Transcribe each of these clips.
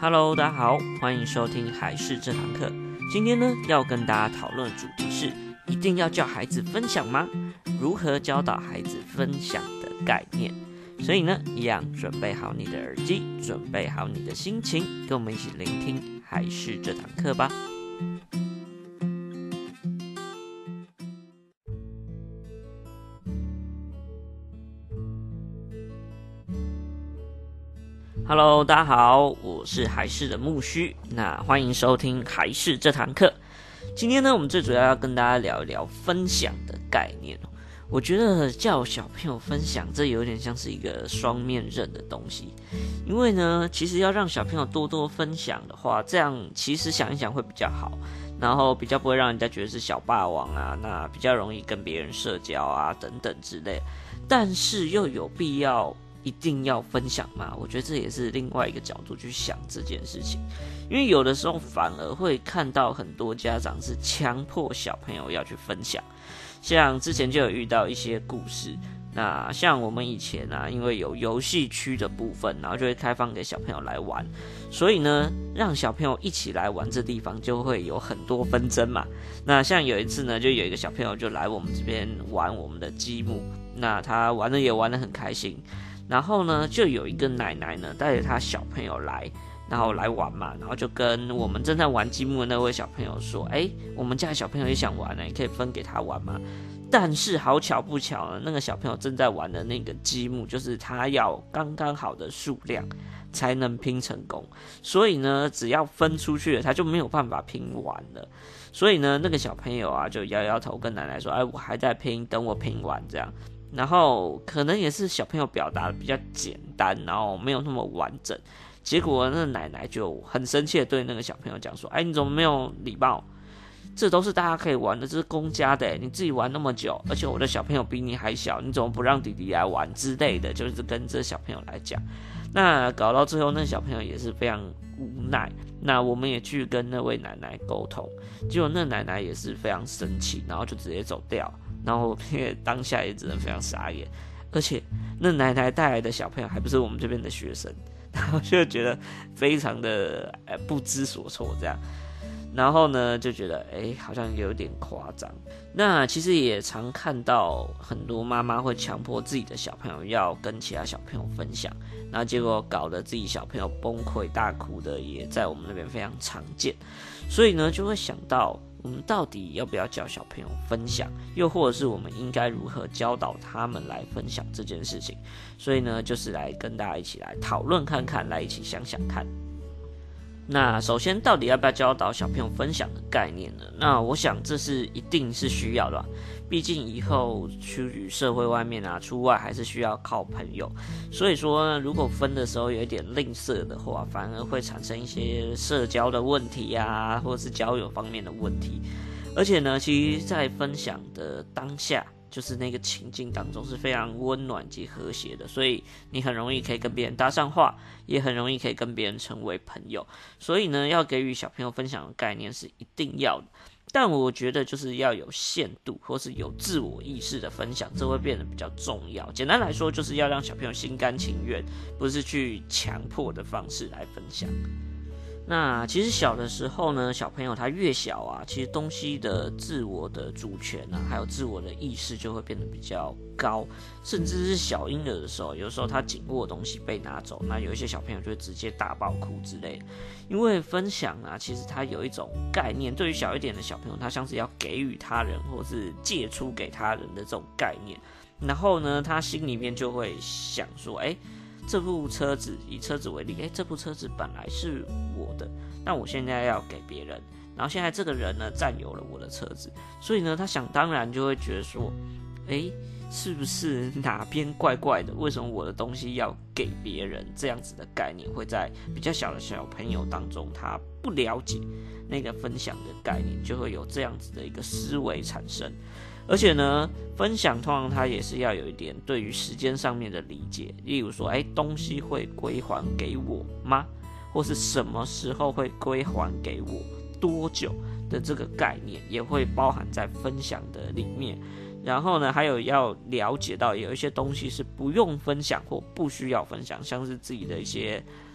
Hello， 大家好，欢迎收听还是这堂课。今天呢，要跟大家讨论的主题是：一定要教孩子分享吗？如何教导孩子分享的概念？所以呢，一样准备好你的耳机，准备好你的心情，跟我们一起聆听还是这堂课吧。Hello， 大家好，我是还是的木须，那欢迎收听还是这堂课。今天呢，我们最主要跟大家聊一聊分享的概念。我觉得教小朋友分享，这有点像是一个双面刃的东西。因为呢，其实要让小朋友多多分享的话，这样其实想一想会比较好，然后比较不会让人家觉得是小霸王啊，那比较容易跟别人社交啊等等之类。但是又有必要一定要分享吗？我觉得这也是另外一个角度去想这件事情，因为有的时候反而会看到很多家长是强迫小朋友要去分享，像之前就有遇到一些故事。那像我们以前啊，因为有游戏区的部分，然后就会开放给小朋友来玩，所以呢，让小朋友一起来玩这地方就会有很多纷争嘛。那像有一次呢，就有一个小朋友就来我们这边玩我们的积木，那他玩的也玩得很开心。然后呢，就有一个奶奶呢，带着她小朋友来，然后来玩嘛，然后就跟我们正在玩积木的那位小朋友说：“我们家的小朋友也想玩呢，你可以分给他玩吗？”但是好巧不巧呢，那个小朋友正在玩的那个积木，就是他要刚刚好的数量才能拼成功，所以呢，只要分出去了，他就没有办法拼完了。所以呢，那个小朋友啊，就摇摇头跟奶奶说：“我还在拼，等我拼完这样。”然后可能也是小朋友表达的比较简单，然后没有那么完整，结果那奶奶就很生气的对那个小朋友讲说：“你怎么没有礼貌？这都是大家可以玩的，这是公家的，你自己玩那么久，而且我的小朋友比你还小，你怎么不让弟弟来玩之类的？”就是跟这小朋友来讲，那搞到最后，那小朋友也是非常无奈。那我们也去跟那位奶奶沟通，结果那奶奶也是非常生气，然后就直接走掉。然后当下也只能非常傻眼，而且那奶奶带来的小朋友还不是我们这边的学生，然后就觉得非常的不知所措这样。然后呢，就觉得好像有点夸张。那其实也常看到很多妈妈会强迫自己的小朋友要跟其他小朋友分享，然后结果搞得自己小朋友崩溃大哭的，也在我们那边非常常见。所以呢，就会想到我们到底要不要教小朋友分享，又或者是我们应该如何教导他们来分享这件事情。所以呢，就是来跟大家一起来讨论看看，来一起想想看。那首先，到底要不要教导小朋友分享的概念呢？那我想这是一定是需要的吧，毕竟以后去社会外面啊，出外还是需要靠朋友。所以说呢，如果分的时候有一点吝啬的话，反而会产生一些社交的问题啊，或者是交友方面的问题。而且呢，其实在分享的当下，就是那个情境当中是非常温暖及和谐的，所以你很容易可以跟别人搭上话，也很容易可以跟别人成为朋友。所以呢，要给予小朋友分享的概念是一定要的，但我觉得就是要有限度，或是有自我意识的分享，这会变得比较重要。简单来说，就是要让小朋友心甘情愿，不是去强迫的方式来分享。那其实小的时候呢，小朋友他越小啊，其实东西的自我的主权啊，还有自我的意识就会变得比较高，甚至是小婴儿的时候，有时候他紧握的东西被拿走，那有一些小朋友就会直接大爆哭之类的。因为分享啊，其实它有一种概念，对于小一点的小朋友，他像是要给予他人，或是借出给他人的这种概念。然后呢，他心里面就会想说，这部车子，以车子为例，这部车子本来是我的，但我现在要给别人，然后现在这个人呢占有了我的车子，所以呢，他想当然就会觉得说，是不是哪边怪怪的？为什么我的东西要给别人？这样子的概念会在比较小的小朋友当中，他不了解那个分享的概念，就会有这样子的一个思维产生。而且呢，分享通常它也是要有一点对于时间上面的理解，例如说，东西会归还给我吗？或是什么时候会归还给我？多久的这个概念也会包含在分享的里面。然后呢，还有要了解到有一些东西是不用分享或不需要分享，像是自己的一些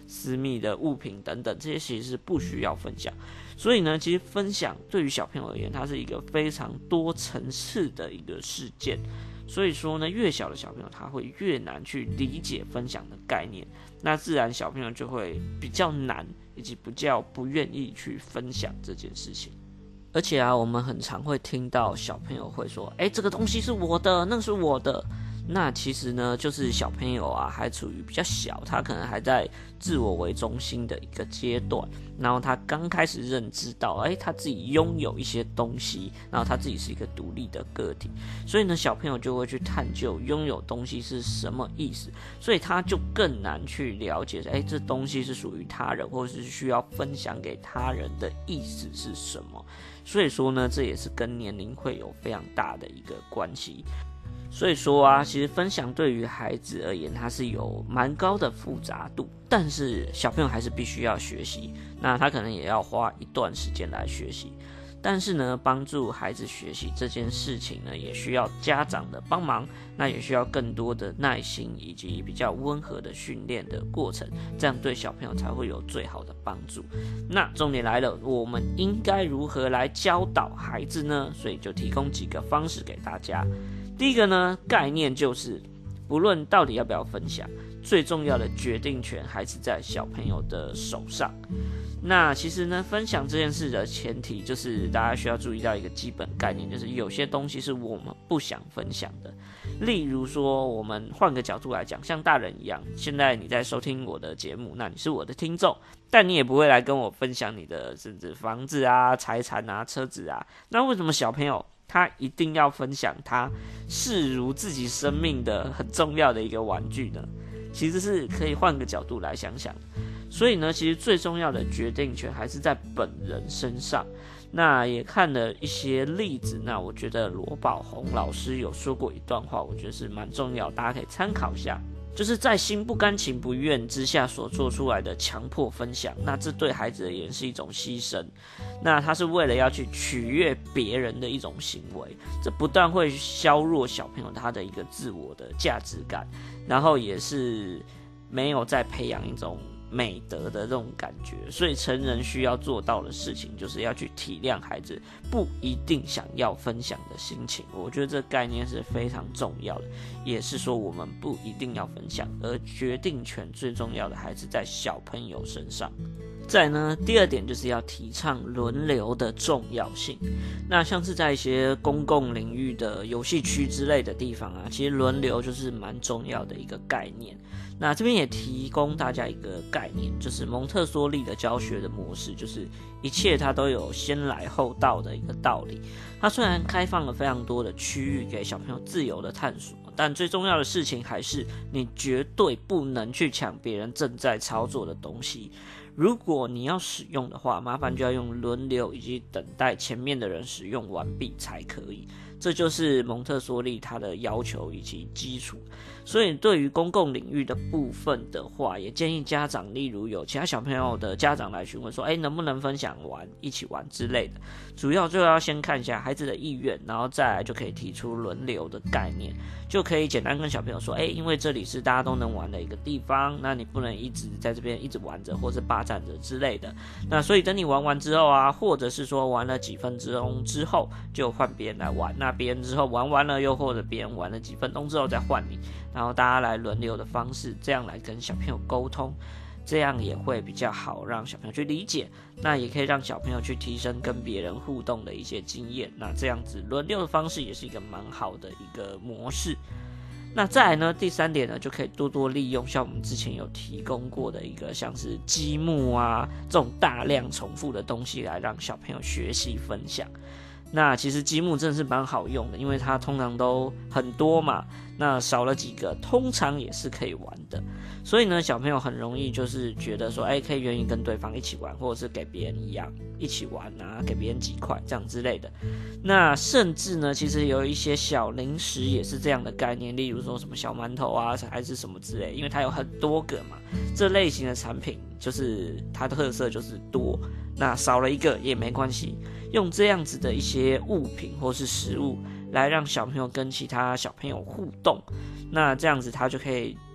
私密的物品等等，这些其实是不需要分享。所以呢，其实分享对于小朋友而言，它是一个非常多层次的一个事件。所以说呢，越小的小朋友他会越难去理解分享的概念，那自然小朋友就会比较难，以及比较不愿意去分享这件事情。而且啊，我们很常会听到小朋友会说：“这个东西是我的，那个是我的。”那其实呢，就是小朋友啊，还处于比较小，他可能还在自我为中心的一个阶段，然后他刚开始认知到，他自己拥有一些东西，然后他自己是一个独立的个体，所以呢，小朋友就会去探究拥有东西是什么意思，所以他就更难去了解，这东西是属于他人，或者是需要分享给他人的意思是什么。所以说呢，这也是跟年龄会有非常大的一个关系。所以说啊，其实分享对于孩子而言，它是有蛮高的复杂度，但是小朋友还是必须要学习，那他可能也要花一段时间来学习。但是呢，帮助孩子学习这件事情呢，也需要家长的帮忙，那也需要更多的耐心以及比较温和的训练的过程，这样对小朋友才会有最好的帮助。那重点来了，我们应该如何来教导孩子呢？所以就提供几个方式给大家。第一个呢，概念就是不论到底要不要分享，最重要的决定权还是在小朋友的手上。那其实呢，分享这件事的前提就是大家需要注意到一个基本概念，就是有些东西是我们不想分享的。例如说，我们换个角度来讲，像大人一样，现在你在收听我的节目，那你是我的听众，但你也不会来跟我分享你的甚至房子啊、财产啊、车子啊。那为什么小朋友他一定要分享他视如自己生命的很重要的一个玩具呢？其实是可以换个角度来想想。所以呢，其实最重要的决定权还是在本人身上。那也看了一些例子，那我觉得罗宝红老师有说过一段话，我觉得是蛮重要，大家可以参考一下。就是在心不甘情不愿之下所做出来的强迫分享，那这对孩子而言是一种牺牲，那他是为了要去取悦别人的一种行为，这不但会削弱小朋友他的一个自我的价值感，然后也是没有在培养一种美德的这种感觉。所以成人需要做到的事情，就是要去体谅孩子不一定想要分享的心情。我觉得这概念是非常重要的，也是说我们不一定要分享，而决定权最重要的还是在小朋友身上。再来呢，第二点就是要提倡轮流的重要性。那像是在一些公共领域的游戏区之类的地方啊，其实轮流就是蛮重要的一个概念。那这边也提供大家一个概念，就是蒙特梭利的教学的模式，就是一切它都有先来后到的一个道理。它虽然开放了非常多的区域给小朋友自由的探索，但最重要的事情还是你绝对不能去抢别人正在操作的东西。如果你要使用的话，麻烦就要用轮流以及等待前面的人使用完毕才可以。这就是蒙特梭利他的要求以及基础。所以对于公共领域的部分的话，也建议家长，例如有其他小朋友的家长来询问说，能不能分享玩一起玩之类的，主要就要先看一下孩子的意愿，然后再来就可以提出轮流的概念，就可以简单跟小朋友说，因为这里是大家都能玩的一个地方，那你不能一直在这边一直玩着或是霸占着之类的。那所以等你玩完之后啊，或者是说玩了几分钟之后，就换别人来玩，那别人之后玩完了，又或者别人玩了几分钟之后再换你，然后大家来轮流的方式，这样来跟小朋友沟通，这样也会比较好让小朋友去理解，那也可以让小朋友去提升跟别人互动的一些经验。那这样子轮流的方式也是一个蛮好的一个模式。那再来呢，第三点呢，就可以多多利用像我们之前有提供过的一个像是积木啊这种大量重复的东西，来让小朋友学习分享。那其实积木真的是蛮好用的，因为它通常都很多嘛，那少了几个通常也是可以玩的。所以呢，小朋友很容易就是觉得说，可以愿意跟对方一起玩，或者是给别人一样一起玩啊，给别人几块这样之类的。那甚至呢，其实有一些小零食也是这样的概念，例如说什么小馒头啊，还是什么之类，因为它有很多个嘛，这类型的产品就是它的特色就是多，那少了一个也没关系，用这样子的一些物品或是食物来让小朋友跟其他小朋友互动，那这样子他就可以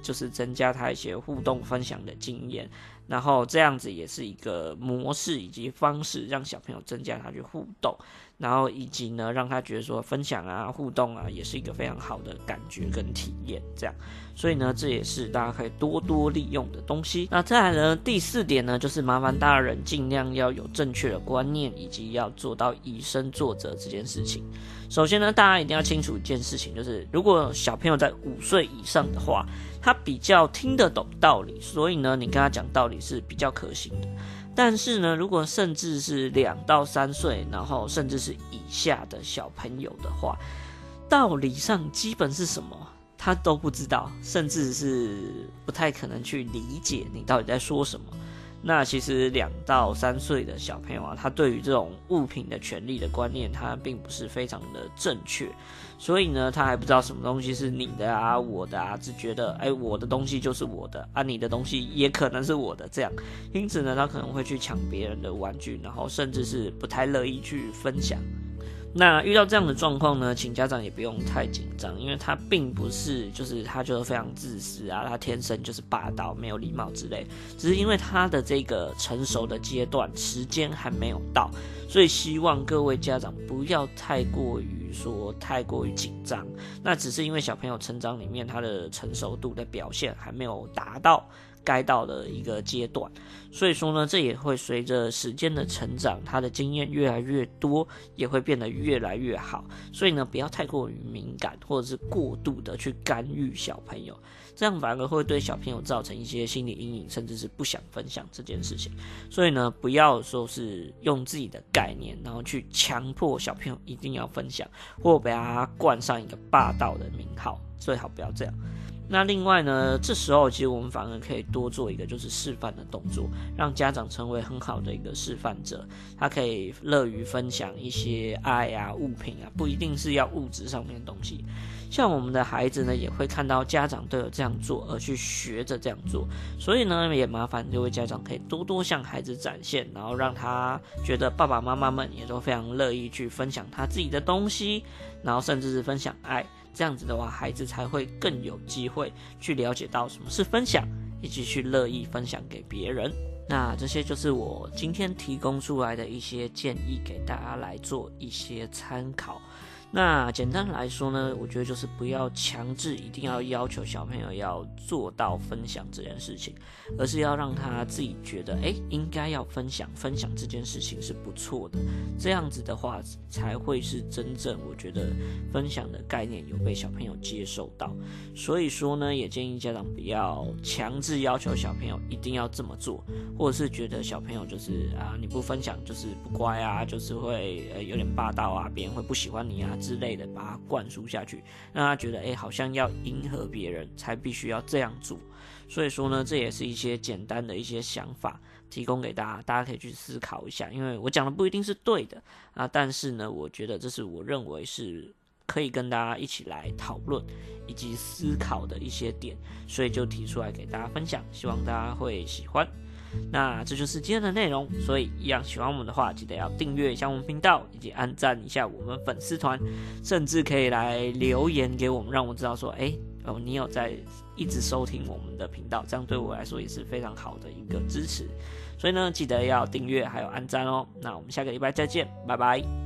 就是增加他一些互动分享的经验，然后这样子也是一个模式以及方式，让小朋友增加他去互动，然后以及呢让他觉得说分享啊互动啊也是一个非常好的感觉跟体验这样，所以呢这也是大家可以多多利用的东西。那再来呢第4点呢，就是麻烦大人尽量要有正确的观念，以及要做到以身作则这件事情。首先呢，大家一定要清楚一件事情，就是如果小朋友在5岁以上的话，他比较听得懂道理，所以呢你跟他讲道理是比较可行的。但是呢，如果甚至是2到3岁，然后甚至是以下的小朋友的话，道理上基本是什么他都不知道，甚至是不太可能去理解你到底在说什么。那其实2到3岁的小朋友啊，他对于这种物品的权利的观念，他并不是非常的正确，所以呢，他还不知道什么东西是你的啊、我的啊，只觉得我的东西就是我的啊，你的东西也可能是我的这样，因此呢，他可能会去抢别人的玩具，然后甚至是不太乐意去分享。那遇到这样的状况呢，请家长也不用太紧张，因为他并不是他就是非常自私啊，他天生就是霸道、没有礼貌之类，只是因为他的这个成熟的阶段时间还没有到，所以希望各位家长不要太过于紧张。那只是因为小朋友成长里面他的成熟度的表现还没有达到该到的一个阶段，所以说呢，这也会随着时间的成长，他的经验越来越多，也会变得越来越好。所以呢，不要太过于敏感，或者是过度的去干预小朋友，这样反而会对小朋友造成一些心理阴影，甚至是不想分享这件事情。所以呢，不要说是用自己的概念，然后去强迫小朋友一定要分享，或被他冠上一个霸道的名号，最好不要这样。那另外呢，这时候其实我们反而可以多做一个就是示范的动作，让家长成为很好的一个示范者，他可以乐于分享一些爱啊、物品啊，不一定是要物质上面的东西。像我们的孩子呢，也会看到家长都有这样做，而去学着这样做。所以呢，也麻烦各位家长可以多多向孩子展现，然后让他觉得爸爸妈妈们也都非常乐意去分享他自己的东西，然后甚至是分享爱。这样子的话，孩子才会更有机会去了解到什么是分享，以及去乐意分享给别人。那这些就是我今天提供出来的一些建议，给大家来做一些参考。那简单来说呢，我觉得就是不要强制一定要求小朋友要做到分享这件事情，而是要让他自己觉得应该要分享这件事情是不错的，这样子的话才会是真正我觉得分享的概念有被小朋友接受到。所以说呢，也建议家长不要强制要求小朋友一定要这么做，或者是觉得小朋友就是你不分享就是不乖啊，就是会有点霸道啊，别人会不喜欢你啊之类的，把它灌输下去，让他觉得好像要迎合别人才必须要这样做。所以说呢，这也是一些简单的一些想法提供给大家，大家可以去思考一下。因为我讲的不一定是对的但是呢，我觉得这是我认为是可以跟大家一起来讨论以及思考的一些点，所以就提出来给大家分享，希望大家会喜欢。那这就是今天的内容，所以一样喜欢我们的话，记得要订阅一下我们频道，以及按赞一下我们粉丝团，甚至可以来留言给我们，让我知道说你有在一直收听我们的频道，这样对我来说也是非常好的一个支持。所以呢，记得要订阅还有按赞哦。那我们下个礼拜再见，拜拜。